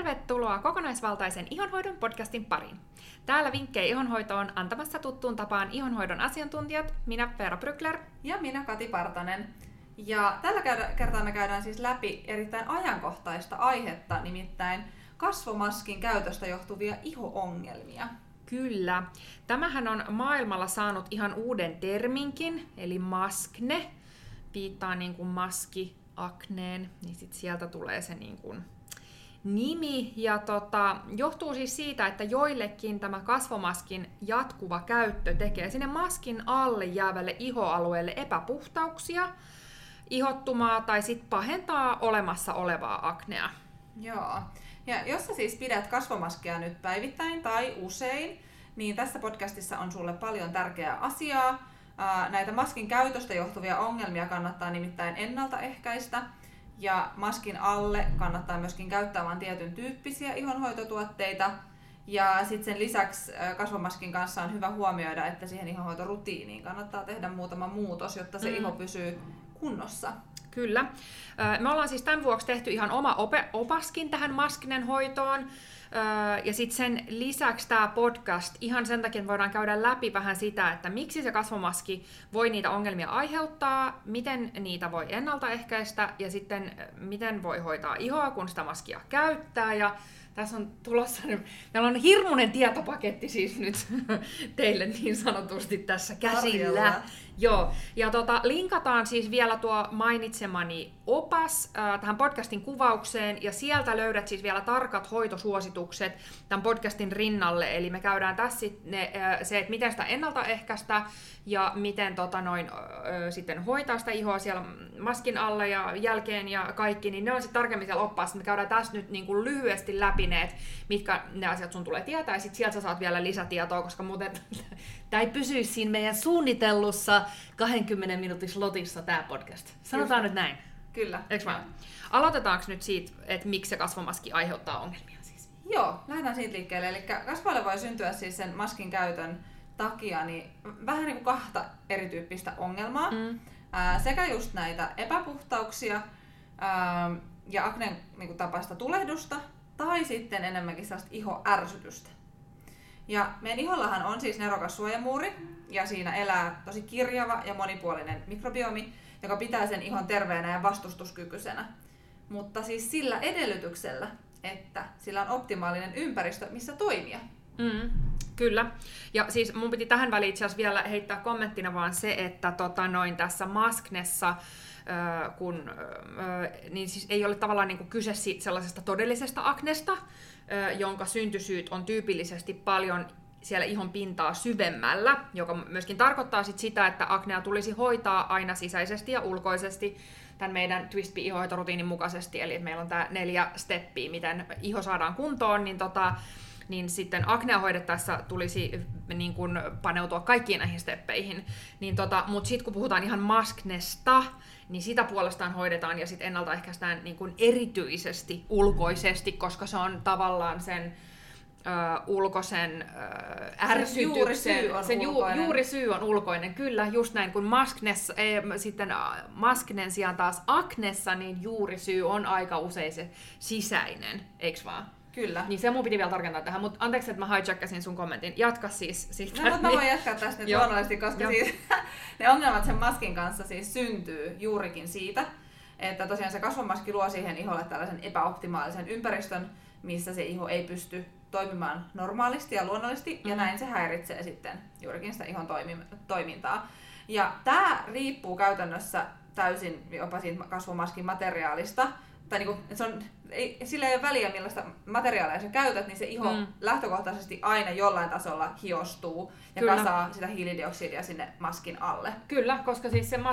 Tervetuloa kokonaisvaltaisen ihonhoidon podcastin pariin. Täällä vinkkejä ihonhoitoon antamassa tuttuun tapaan ihonhoidon asiantuntijat, minä Veera Brückler ja minä Kati Partanen. Ja tällä kertaa me käydään siis läpi erittäin ajankohtaista aihetta, nimittäin kasvomaskin käytöstä johtuvia iho-ongelmia. Kyllä. Tämähän on maailmalla saanut ihan uuden terminkin, eli maskne. Viittaa niin kuin maskiakneen, niin sit sieltä tulee se niin kuin nimi. Ja johtuu siis siitä, että joillekin tämä kasvomaskin jatkuva käyttö tekee sinne maskin alle jäävälle ihoalueelle epäpuhtauksia, ihottumaa tai sitten pahentaa olemassa olevaa aknea. Joo. Ja jos sä siis pidät kasvomaskia nyt päivittäin tai usein, niin tässä podcastissa on sulle paljon tärkeää asiaa. Näitä maskin käytöstä johtuvia ongelmia kannattaa nimittäin ennaltaehkäistä. Ja maskin alle kannattaa myöskin käyttää vain tietyn tyyppisiä ihonhoitotuotteita. Ja sitten sen lisäksi kasvomaskin kanssa on hyvä huomioida, että siihen ihonhoitorutiiniin kannattaa tehdä muutama muutos, jotta se iho pysyy kunnossa. Kyllä. Me ollaan siis tämän vuoksi tehty ihan oma opaskin tähän maskinen hoitoon. Ja sitten sen lisäksi tämä podcast, ihan sen takia voidaan käydä läpi vähän sitä, että miksi se kasvomaski voi niitä ongelmia aiheuttaa, miten niitä voi ennaltaehkäistä ja sitten miten voi hoitaa ihoa, kun sitä maskia käyttää. Ja tässä on tulossa, meillä on hirmuinen tietopaketti siis nyt teille niin sanotusti tässä käsillä. Joo, ja linkataan siis vielä tuo mainitsemani opas tähän podcastin kuvaukseen, ja sieltä löydät siis vielä tarkat hoitosuositukset tämän podcastin rinnalle, eli me käydään tässä se, että miten sitä ennaltaehkäistä, ja miten sitten hoitaa sitä ihoa siellä maskin alla ja jälkeen ja kaikki, niin ne on sitten tarkemmin siellä oppaassa. Me käydään tässä nyt niin kuin lyhyesti läpi ne, mitkä ne asiat sun tulee tietää, ja sitten sieltä sä saat vielä lisätietoa, koska muuten tämä ei pysyisi siinä meidän suunnitellussa 20 minuutin slotissa tämä podcast. Sanotaan nyt näin. Kyllä. Eikö vaan? Aloitetaanko nyt siitä, että miksi se kasvomaski aiheuttaa ongelmia siis? Joo, lähdetään siitä liikkeelle. Eli kasvoille voi syntyä siis sen maskin käytön takia niin vähän niin kuin kahta erityyppistä ongelmaa. Sekä just näitä epäpuhtauksia ja aknen niin tapaista tulehdusta, tai sitten enemmänkin sellaista ihoärsytystä. Ja meidän ihollahan on siis nerokas suojamuuri, ja siinä elää tosi kirjava ja monipuolinen mikrobiomi, joka pitää sen ihon terveenä ja vastustuskykyisenä. Mutta siis sillä edellytyksellä, että sillä on optimaalinen ympäristö, missä toimia. Kyllä. Ja siis mun piti tähän väliin itse asiassa vielä heittää kommenttina vaan se, että tässä masknessa niin siis ei ole tavallaan niin kuin kyse siitä sellaisesta todellisesta aknesta, jonka syntysyyt on tyypillisesti paljon siellä ihon pintaa syvemmällä, joka myöskin tarkoittaa sitä, että aknea tulisi hoitaa aina sisäisesti ja ulkoisesti tämän meidän Twist-ihohoitorutiinin mukaisesti. Eli meillä on tämä 4 steppiä, miten iho saadaan kuntoon, niin sitten aknea hoidettaessa tulisi niin kuin paneutua kaikkiin näihin steppeihin. Mutta sitten kun puhutaan ihan masknesta, niin sitä puolestaan hoidetaan ja sitten ennaltaehkäistään niin kuin erityisesti ulkoisesti, koska se on tavallaan sen ulkoisen ärsytyksen, sen juurisyy on ulkoinen. Kyllä, just näin, kun sitten masknen sijaan taas aknessa, niin juurisyy on aika usein se sisäinen, eiks vaan? Kyllä. Niin se mun piti vielä tarkentaa tähän, mutta anteeksi, että mä hijackasin sun kommentin. Jatka siis siitä. No, mutta mä voin jatkaa tästä nyt luonnollisesti, koska siis, ne ongelmat sen maskin kanssa siis syntyy juurikin siitä, että tosiaan se kasvomaski luo siihen iholle tällaisen epäoptimaalisen ympäristön, missä se iho ei pysty toimimaan normaalisti ja luonnollisesti, ja näin se häiritsee sitten juurikin sitä ihon toimintaa. Ja tämä riippuu käytännössä täysin jopa siitä kasvomaskin materiaalista, tai niinku, sillä ei ole väliä millaista materiaalia sä käytät, niin se iho lähtökohtaisesti aina jollain tasolla hiostuu ja kasaa sitä hiilidioksidia sinne maskin alle. Kyllä, koska siis se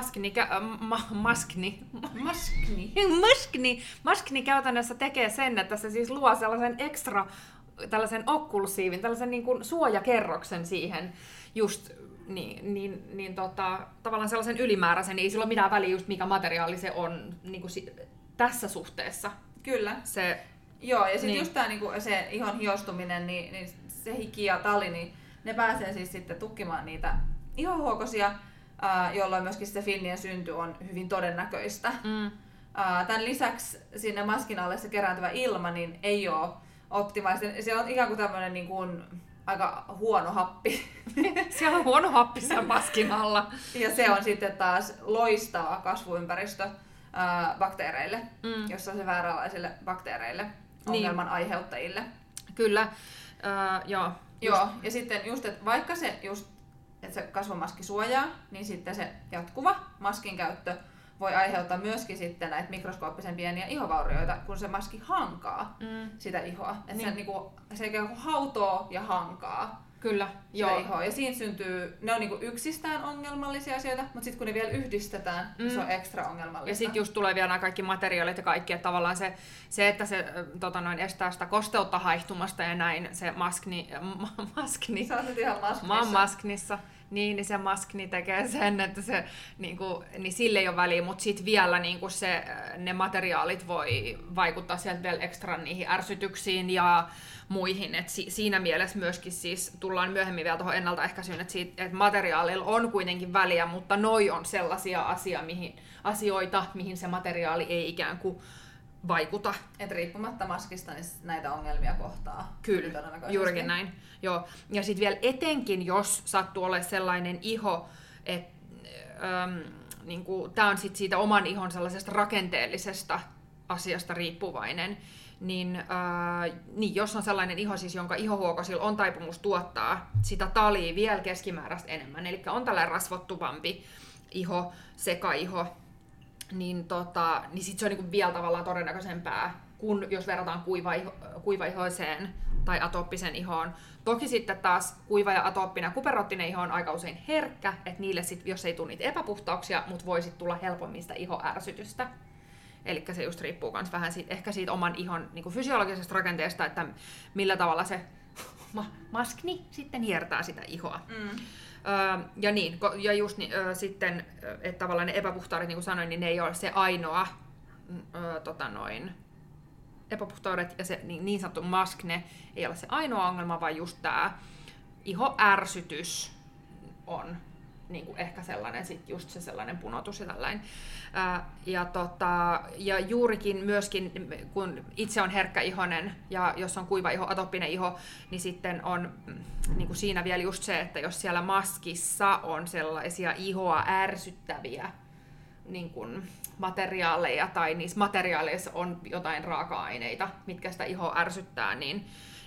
maskni käytännössä tekee sen, että se siis luo sellaisen tällaisen okklusiivin, tällaisen niin kuin suojakerroksen siihen just tavallaan sellaisen ylimääräisen, niin ei sillä ole mitään väliä just mikä materiaali se on niin kuin tässä suhteessa. Kyllä. Joo, ja sitten just tää niinku, se ihon hiostuminen, niin se hiki ja tali, niin ne pääsee siis sitten tukkimaan niitä ihohuokosia, jolloin myöskin se finnien synty on hyvin todennäköistä. Tämän lisäksi sinne maskin alle se kerääntyvä ilma niin ei ole optimaalista. Siellä on ikään kuin tämmöinen niin kuin aika huono happi. Siellä on huono happi siellä maskin alla. Ja se on sitten taas loistava kasvuympäristö bakteereille, jossa on se vääränlaisille bakteereille, ongelman aiheuttajille. Kyllä, joo. Joo, ja sitten just, että vaikka että se kasvomaski suojaa, niin sitten se jatkuva maskin käyttö voi aiheuttaa myöskin sitten näitä mikroskooppisen pieniä ihovaurioita, kun se maski hankaa sitä ihoa. Että se ikään kuin hautoo ja hankaa. Kyllä, joo. Ihoa. Ja siinä syntyy, ne on niinku yksistään ongelmallisia asioita, mutta sitten kun ne vielä yhdistetään, niin se on ekstra ongelmallista. Ja sitten just tulee vielä nämä kaikki materiaalit ja kaikki, että tavallaan se että se estää sitä kosteutta haihtumasta ja näin, se maskni. Sä oot ihan masknissa. Mä oon masknissa. Niin se maskni tekee sen, että se, niin sille ei ole väliä, mutta sitten vielä ne materiaalit voi vaikuttaa sieltä vielä ekstra niihin ärsytyksiin ja muihin. Et siinä mielessä myöskin siis tullaan myöhemmin vielä tuohon ennaltaehkäisyyn, että materiaalilla on kuitenkin väliä, mutta noi on sellaisia asioita, mihin se materiaali ei ikään kuin vaikuta. Et riippumatta maskista niin näitä ongelmia kohtaa. Kyllä, juurikin näin. Joo. Ja sitten vielä etenkin, jos sattuu olemaan sellainen iho, että tämä on sit siitä oman ihon sellaisesta rakenteellisesta asiasta riippuvainen, niin jos on sellainen iho, siis jonka ihohuokosilla on taipumus tuottaa sitä talia vielä keskimääräistä enemmän, eli on tällainen rasvottuvampi iho, sekaiho, niin sit se on niinku vielä tavallaan todennäköisempää, kun jos verrataan kuivaihoiseen tai atooppiseen ihoon. Toki sitten taas kuiva ja atooppinen ja kuperoottinen iho on aika usein herkkä, että niille sit, jos ei tule niitä epäpuhtauksia, mutta voi sit tulla helpommin sitä ihoärsytystä. Eli se just riippuu myös vähän ehkä siitä oman ihon niin kuin fysiologisesta rakenteesta, että millä tavalla se maskni sitten hiertää sitä ihoa. Ja just sitten, että tavallaan ne epäpuhtaudet, niin kuin sanoin, niin ne ei ole se ainoa epäpuhtaudet ja se niin sanottu maskne ei ole se ainoa ongelma, vaan just tämä ihoärsytys on niin kuin ehkä sellainen, sit just se sellainen punotus ja tällainen. Ja juurikin myöskin, kun itse on herkkäihonen ja jos on kuiva iho, atooppinen iho, niin sitten on niin kuin siinä vielä just se, että jos siellä maskissa on sellaisia ihoa ärsyttäviä niin kuin materiaaleja tai niissä materiaaleissa on jotain raaka-aineita, mitkä sitä ihoa ärsyttää, niin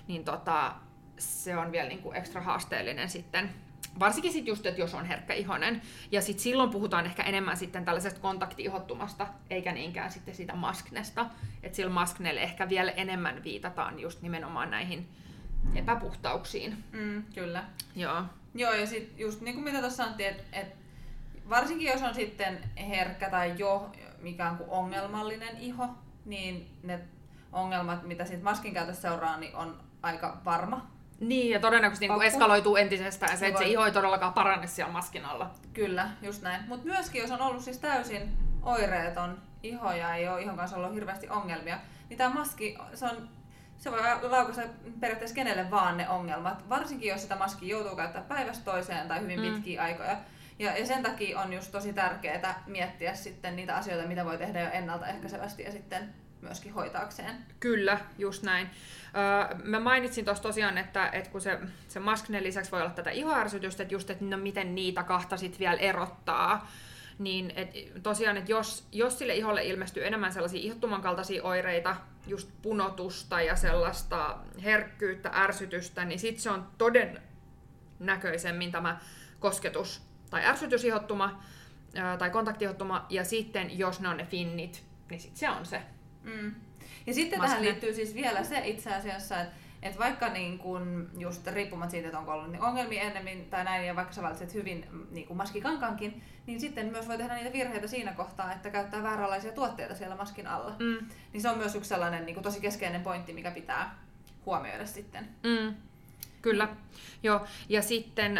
se on vielä niin kuin ekstra haasteellinen sitten. Varsinkin sit just, että jos on herkkäihonen. Ja sit silloin puhutaan ehkä enemmän sitten tällaisesta kontakti-ihottumasta, eikä niinkään sitten siitä masknesta. Että sillä maskneelle ehkä vielä enemmän viitataan just nimenomaan näihin epäpuhtauksiin. Kyllä. Joo. Joo, ja sit just niin kuin mitä tuossa sanottiin, että varsinkin jos on sitten herkkä tai jo mikään kuin ongelmallinen iho, niin ne ongelmat, mitä siitä maskin käytössä seuraa, niin on aika varma. Niin, ja todennäköisesti niin eskaloituu entisestään se, että se iho ei todellakaan parane siellä maskin alla. Kyllä, just näin. Mutta myöskin, jos on ollut siis täysin oireeton iho ja ei ole ihon kanssa ollut hirveästi ongelmia, niin tämä maski, se voi laukaista periaatteessa kenelle vaan ne ongelmat. Varsinkin, jos sitä maskia joutuu käyttämään päivästä toiseen tai hyvin pitkiä aikoja. Ja sen takia on just tosi tärkeää miettiä sitten niitä asioita, mitä voi tehdä jo ennaltaehkäisevästi ja sitten myöskin hoitaakseen. Kyllä, just näin. Mä mainitsin tuossa tosiaan, että kun se maskinen lisäksi voi olla tätä ihoärsytystä, että just, että no miten niitä kahta sit vielä erottaa, niin tosiaan, että jos sille iholle ilmestyy enemmän sellaisia ihottuman kaltaisia oireita, just punotusta ja sellaista herkkyyttä, ärsytystä, niin sit se on todennäköisemmin tämä kosketus tai ärsytysihottuma tai kontaktiihottuma, ja sitten jos ne on ne finnit, niin sit se on se. Ja sitten tähän liittyy siis vielä se itse asiassa, että vaikka niin kun just riippumatta siitä, että onko ollut niin ongelmia ennemmin tai näin, ja vaikka sä valitset hyvin niin kuin maskikankankin, niin sitten myös voi tehdä niitä virheitä siinä kohtaa, että käyttää vääränlaisia tuotteita siellä maskin alla. Niin se on myös yksi sellainen niin kuin tosi keskeinen pointti, mikä pitää huomioida sitten. Kyllä, joo. Ja sitten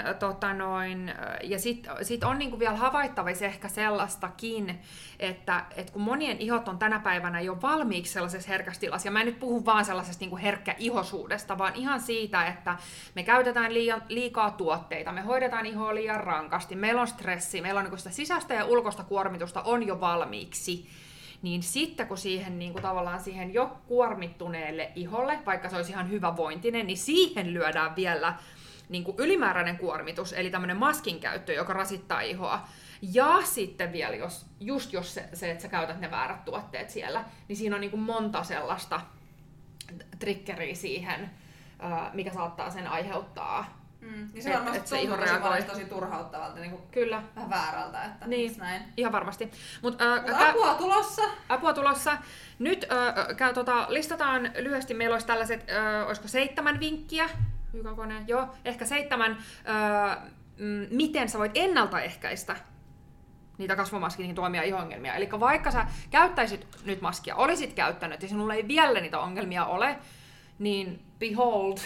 sit on niinku vielä havaittavissa ehkä sellaistakin, että kun monien ihot on tänä päivänä jo valmiiksi sellaisessa herkässä tilassa, ja mä en nyt puhu vaan sellaisesta niinku herkkäihosuudesta, vaan ihan siitä, että me käytetään liikaa tuotteita, me hoidetaan ihoa liian rankasti, meillä on stressi, meillä on niinku sitä sisäistä ja ulkoista kuormitusta on jo valmiiksi, niin sitten kun siihen niin kuin tavallaan siihen jo kuormittuneelle iholle, vaikka se olisi ihan hyvävointinen, niin siihen lyödään vielä niin kuin ylimääräinen kuormitus, eli tämmöinen maskin käyttö, joka rasittaa ihoa. Ja sitten vielä, jos se, että sä käytät ne väärät tuotteet siellä, niin siinä on niin kuin monta sellaista triggeriä siihen, mikä saattaa sen aiheuttaa. Ja se varmasti tuntuu tosi turhauttavalta, niin kyllä. Vähän väärältä, että niin, näin. Ihan varmasti. Mut apua tulossa! Apua tulossa. Nyt listataan lyhyesti, meillä olisi tällaiset, olisiko 7 vinkkiä, joo, ehkä 7, miten sä voit ennaltaehkäistä niitä kasvomaskin tuomia iho-ongelmia. Eli vaikka sä käyttäisit nyt maskia, olisit käyttänyt ja sinulla ei vielä niitä ongelmia ole, niin behold,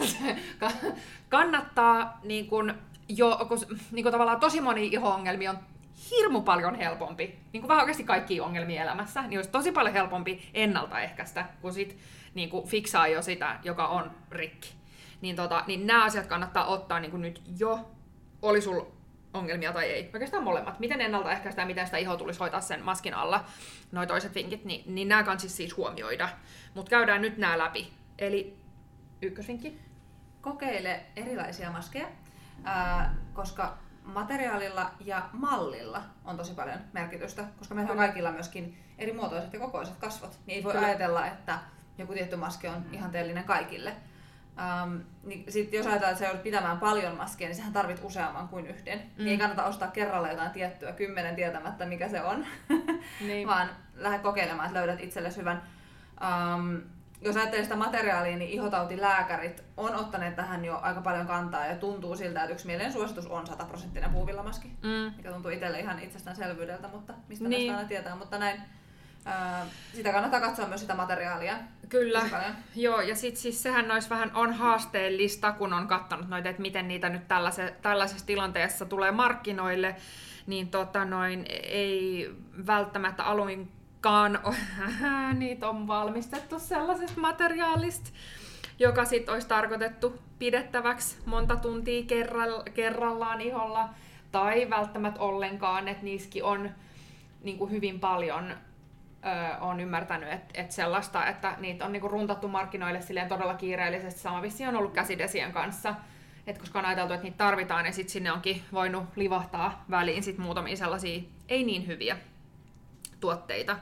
kannattaa niin kun tavallaan tosi moni iho-ongelmia on hirmu paljon helpompi, niin kuin vähän oikeasti kaikkia ongelmia elämässä, niin olisi tosi paljon helpompi ennaltaehkäistä, kun sit niin kuin fiksaa jo sitä, joka on rikki. Niin nämä asiat kannattaa ottaa niin kuin nyt jo, oli sul ongelmia tai ei. Oikeastaan molemmat. Miten ennaltaehkäistään, miten sitä ihoa tulisi hoitaa sen maskin alla, noi toiset vinkit, niin nämä kannattaa siis huomioida. Mutta käydään nyt nämä läpi. Eli ykkösvinkki. Kokeile erilaisia maskeja, koska materiaalilla ja mallilla on tosi paljon merkitystä, koska meillä on kaikilla myöskin eri muotoiset ja kokoiset kasvot, niin ei voi ajatella, että joku tietty maski on ihanteellinen kaikille. Niin sit jos ajatellaan, että sä joudut pitämään paljon maskeja, niin sähän tarvit useamman kuin yhden. Niin ei kannata ostaa kerralla jotain tiettyä 10 tietämättä mikä se on, niin. Vaan lähde kokeilemaan, että löydät itsellesi hyvän. Jos ajattelee sitä materiaalia, niin ihotautilääkärit on ottaneet tähän jo aika paljon kantaa ja tuntuu siltä, että yksimielinen suositus on 100% puuvillamaski, mikä tuntuu itselle ihan itsestäänselvyydeltä, mutta mistä näistä aina tietää, mutta näin. Sitä kannattaa katsoa myös sitä materiaalia. Kyllä, joo, ja sitten siis sehän on haasteellista, kun on katsonut noita, että miten niitä nyt tällaisessa tilanteessa tulee markkinoille, niin ei välttämättä alunkaan niitä on valmistettu sellaisesta materiaalista, joka sitten olisi tarkoitettu pidettäväksi monta tuntia kerrallaan iholla, tai välttämättä ollenkaan, että niissäkin on niin kuin hyvin paljon olen ymmärtänyt, että sellaista, että niitä on niinku runtattu markkinoille silleen todella kiireellisesti. Sama vissiin on ollut käsidesien kanssa, koska on ajateltu, että niitä tarvitaan, ja sitten sinne onkin voinut livahtaa väliin sit muutamia sellaisia ei niin hyviä tuotteita.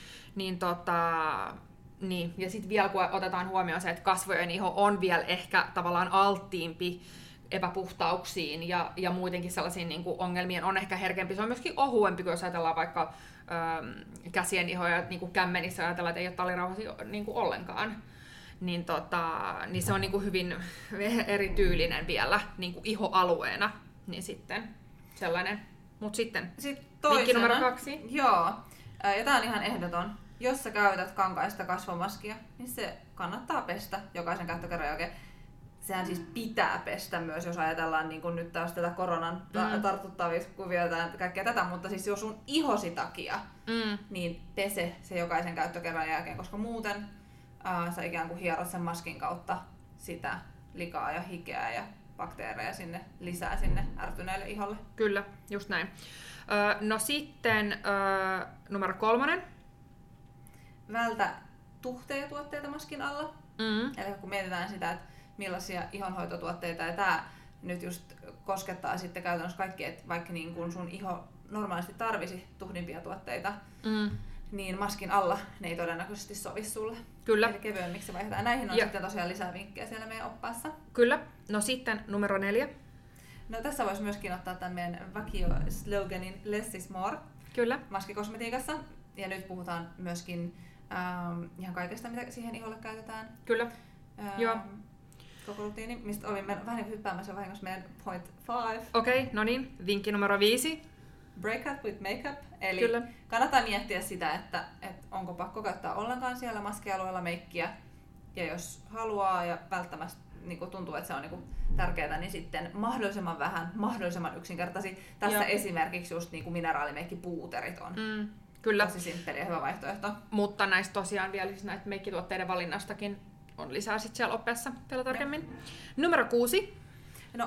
Niin. Ja sitten vielä kun otetaan huomioon se, että kasvojen iho on vielä ehkä tavallaan alttiimpi epäpuhtauksiin ja muutenkin sellaisiin niin kuin ongelmien on ehkä herkempi. Se on myöskin ohuempi, kun jos ajatellaan vaikka käsien ihoja, niin kuin kämmenissä ajatellaan, että ei ole talirauhasia niin kuin ollenkaan. Niin se on niin kuin hyvin erityylinen vielä niin kuin ihoalueena. Niin sitten sellainen. Mut sitten vinkki numero 2. Joo, ja tää on ihan ehdoton. Jos sä käytät kankaista kasvomaskia, niin se kannattaa pestä jokaisen käyttökerran jälkeen. Sehän siis pitää pestä myös, jos ajatellaan niin kuin nyt taas tätä koronan tartuttavia kuvia ja kaikkea tätä, mutta siis jos sun ihosi takia, niin pese se jokaisen käyttökerran jälkeen, koska muuten sä ikään kuin hierot sen maskin kautta sitä likaa ja hikeä ja bakteereja lisää sinne ärtyneelle iholle. Kyllä, just näin. No sitten numero 3. Vältä tuhteja tuotteita maskin alla. Eli kun mietitään sitä, että millaisia ihonhoitotuotteita, ja tämä nyt just koskettaa sitten käytännössä kaikki, että vaikka niin kun sun iho normaalisti tarvisi tuhdimpia tuotteita, niin maskin alla ne ei todennäköisesti sovi sulle. Kyllä. Eli kevyemmiksi vaihdetaan. Näihin on sitten tosiaan lisää vinkkejä siellä meidän oppaassa. Kyllä. No sitten numero 4. No tässä voisi myöskin ottaa tämän meidän vakio-sloganin Less is more. Kyllä. Maskikosmetiikassa. Ja nyt puhutaan myöskin ihan kaikesta, mitä siihen iholle käytetään. Kyllä. Joo. Koko rutiini, mistä olimme vähän hyppäämässä vahingossa meidän point 5. Okei, no niin. Vinkki numero 5. Break up with makeup. Eli Kyllä. kannattaa miettiä sitä, että onko pakko käyttää ollenkaan siellä maskialueella meikkiä. Ja jos haluaa ja välttämättä niin tuntuu, että se on niin tärkeää, niin sitten mahdollisimman vähän, mahdollisimman yksinkertaisia. Tässä esimerkiksi just niin mineraalimeikkipuuterit on. Kyllä. Tosi simppeli ja hyvä vaihtoehto. Mutta näistä tosiaan vielä siis näitä meikkituotteiden valinnastakin on lisää sitten siellä oppeessa vielä tarkemmin. Numero 6. No,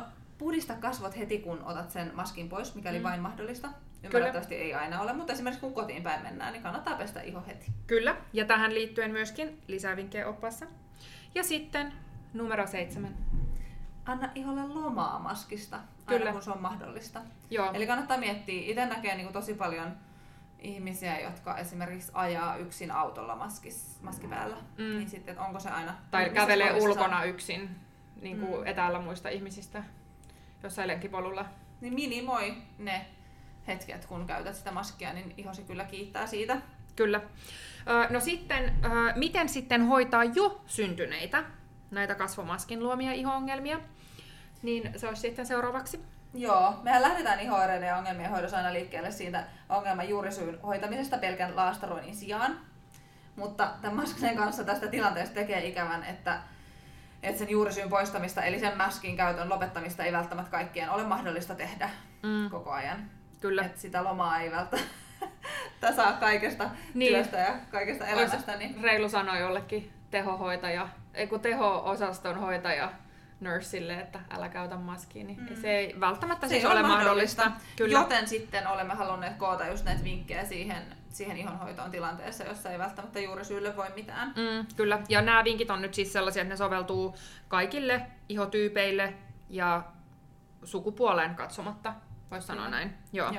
puhdista kasvot heti, kun otat sen maskin pois, mikäli vain mahdollista. Ymmärrettävästi ei aina ole, mutta esimerkiksi kun kotiin päin mennään, niin kannattaa pestä iho heti. Kyllä, ja tähän liittyen myöskin lisävinkkejä oppaassa. Ja sitten numero 7. Anna iholle lomaa maskista, Kyllä. aina kun se on mahdollista. Joo. Eli kannattaa miettiä, itse näkee niin kuin tosi paljon ihmisiä, jotka esimerkiksi ajaa yksin autolla maski päällä, niin sitten, että onko se aina... Tai kävelee ulkona yksin niin kuin etäällä muista ihmisistä jossain lenkipolulla. Niin minimoi ne hetket, kun käytät sitä maskia, niin ihosi kyllä kiittää siitä. Kyllä. No sitten, miten sitten hoitaa jo syntyneitä näitä kasvomaskin luomia iho-ongelmia? Niin se olisi sitten seuraavaksi. Joo, mehän lähdetään iho-oireiden ja ongelmien hoidossa aina liikkeelle siitä ongelman juurisyyn hoitamisesta pelkän laastaroinnin sijaan. Mutta tämän maskin kanssa tästä tilanteesta tekee ikävän, että sen juurisyyn poistamista, eli sen maskin käytön lopettamista ei välttämättä kaikkien ole mahdollista tehdä koko ajan. Kyllä. Et sitä lomaa ei välttämättä saa kaikesta työstä ja kaikesta elämästä. Niin... Reilu sanoi jollekin teho-osaston hoitaja nursille, että älä käytä maskia, niin se ei välttämättä siis ole mahdollista. Kyllä. Joten sitten olemme halunneet koota just näitä vinkkejä siihen ihonhoitoon tilanteessa, jossa ei välttämättä juurisyylle voi mitään. Kyllä, ja nämä vinkit on nyt siis sellaisia, että ne soveltuu kaikille ihotyypeille ja sukupuoleen katsomatta, voisi sanoa näin. Joo.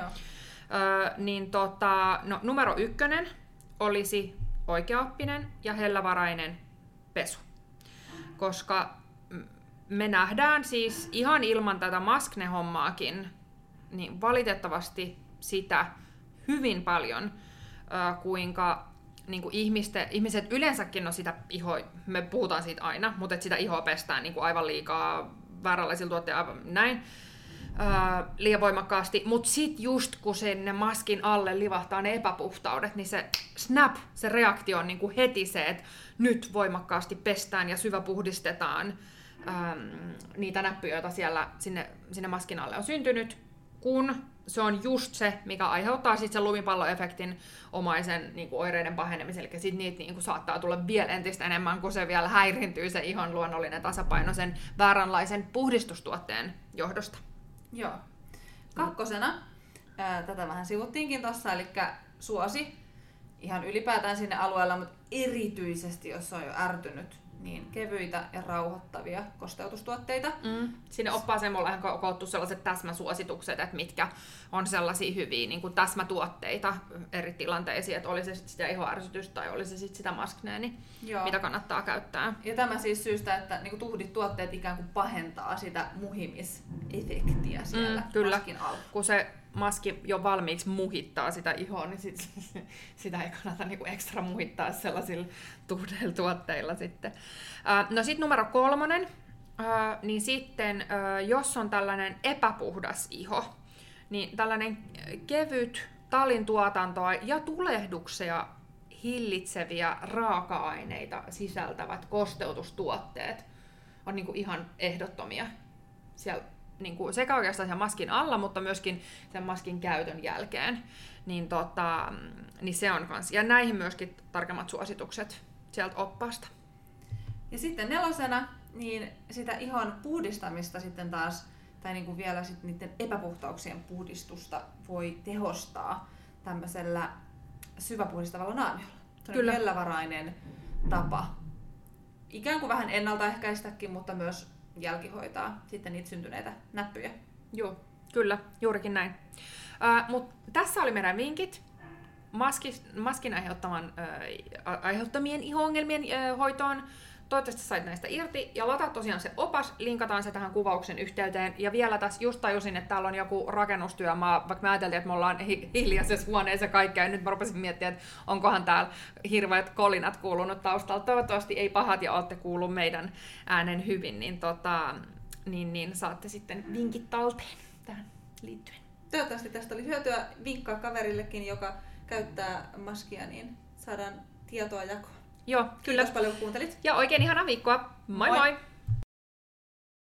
Numero 1 olisi oikeaoppinen ja hellävarainen pesu, koska me nähdään siis ihan ilman tätä maskne-hommaakin niin valitettavasti sitä hyvin paljon, kuinka niin kuin ihmiset yleensäkin on sitä ihoa, me puhutaan siitä aina, mutta sitä ihoa pestään niin kuin aivan liikaa vääränlaisilla tuotteilla näin liian voimakkaasti, mutta sit just kun sinne maskin alle livahtaa ne epäpuhtaudet, niin se snap, se reaktio on niin kuin heti se, että nyt voimakkaasti pestään ja syväpuhdistetaan niitä näppyjä, joita siellä sinne maskin alle on syntynyt, kun se on just se, mikä aiheuttaa sitten sen lumipalloefektin omaisen niin kuin oireiden pahenemisen, eli sitten niitä niin kuin saattaa tulla vielä entistä enemmän, kun se vielä häirintyy se ihon luonnollinen tasapaino sen vääränlaisen puhdistustuotteen johdosta. Joo. 2. Tätä vähän sivuttiinkin tuossa, eli suosi ihan ylipäätään sinne alueella, mutta erityisesti jos on jo ärtynyt, niin kevyitä ja rauhoittavia kosteutustuotteita. Sinne oppaaseen me ollaan koottu sellaiset täsmäsuositukset, että mitkä on sellaisia hyviä niin kuin täsmätuotteita eri tilanteisiin, että oli se sitten sitä ihoärsytystä tai oli se sitten sitä masknea, niin mitä kannattaa käyttää. Ja tämä siis syystä, että niin kuin tuhdit tuotteet ikään kuin pahentaa sitä muhimisefektiä siellä maskin alla. Kun se maski jo valmiiksi muhittaa sitä ihoa, niin sitä ei kannata niinku ekstra muhittaa sellaisilla tuhdeilla tuotteilla sitten. No sitten numero 3, niin sitten jos on tällainen epäpuhdas iho, niin tällainen kevyt talintuotantoa ja tulehduksia hillitseviä raaka-aineita sisältävät kosteutustuotteet on niinku ihan ehdottomia siellä niin kuin sekä oikeastaan sen maskin alla, mutta myöskin sen maskin käytön jälkeen. Niin se on kans. Ja näihin myöskin tarkemmat suositukset sieltä oppaasta. Ja sitten 4, niin sitä ihon puhdistamista sitten taas, tai niin kuin vielä sitten niiden epäpuhtauksien puhdistusta voi tehostaa tämmöisellä syväpuhdistavalla naamiolla. Kyllä. Hellävarainen tapa. Ikään kuin vähän ennaltaehkäistäkin, mutta myös jälkihoitaa sitten niitä syntyneitä näppyjä. Joo, kyllä, juurikin näin. Mutta tässä oli meidän vinkit maskin aiheuttamien iho-ongelmien hoitoon. Toivottavasti sait näistä irti. Ja lataa tosiaan se opas, linkataan se tähän kuvauksen yhteyteen. Ja vielä tässä just tajusin, että täällä on joku rakennustyömaa, vaikka me ajateltiin, että me ollaan hiljaisessa huoneessa kaikkea. Ja nyt mä rupesin miettimään, että onkohan täällä hirveät kolinat kuulunut taustalla. Toivottavasti ei pahat ja olette kuullut meidän äänen hyvin, niin saatte sitten vinkit talteen tähän liittyen. Toivottavasti tästä oli hyötyä. Vinkkaa kaverillekin, joka käyttää maskia, niin saadaan tietoa jakoon. Joo, kyllä. Kiitos paljon kun kuuntelit. Ja oikein ihanaa viikkoa. Moi moi!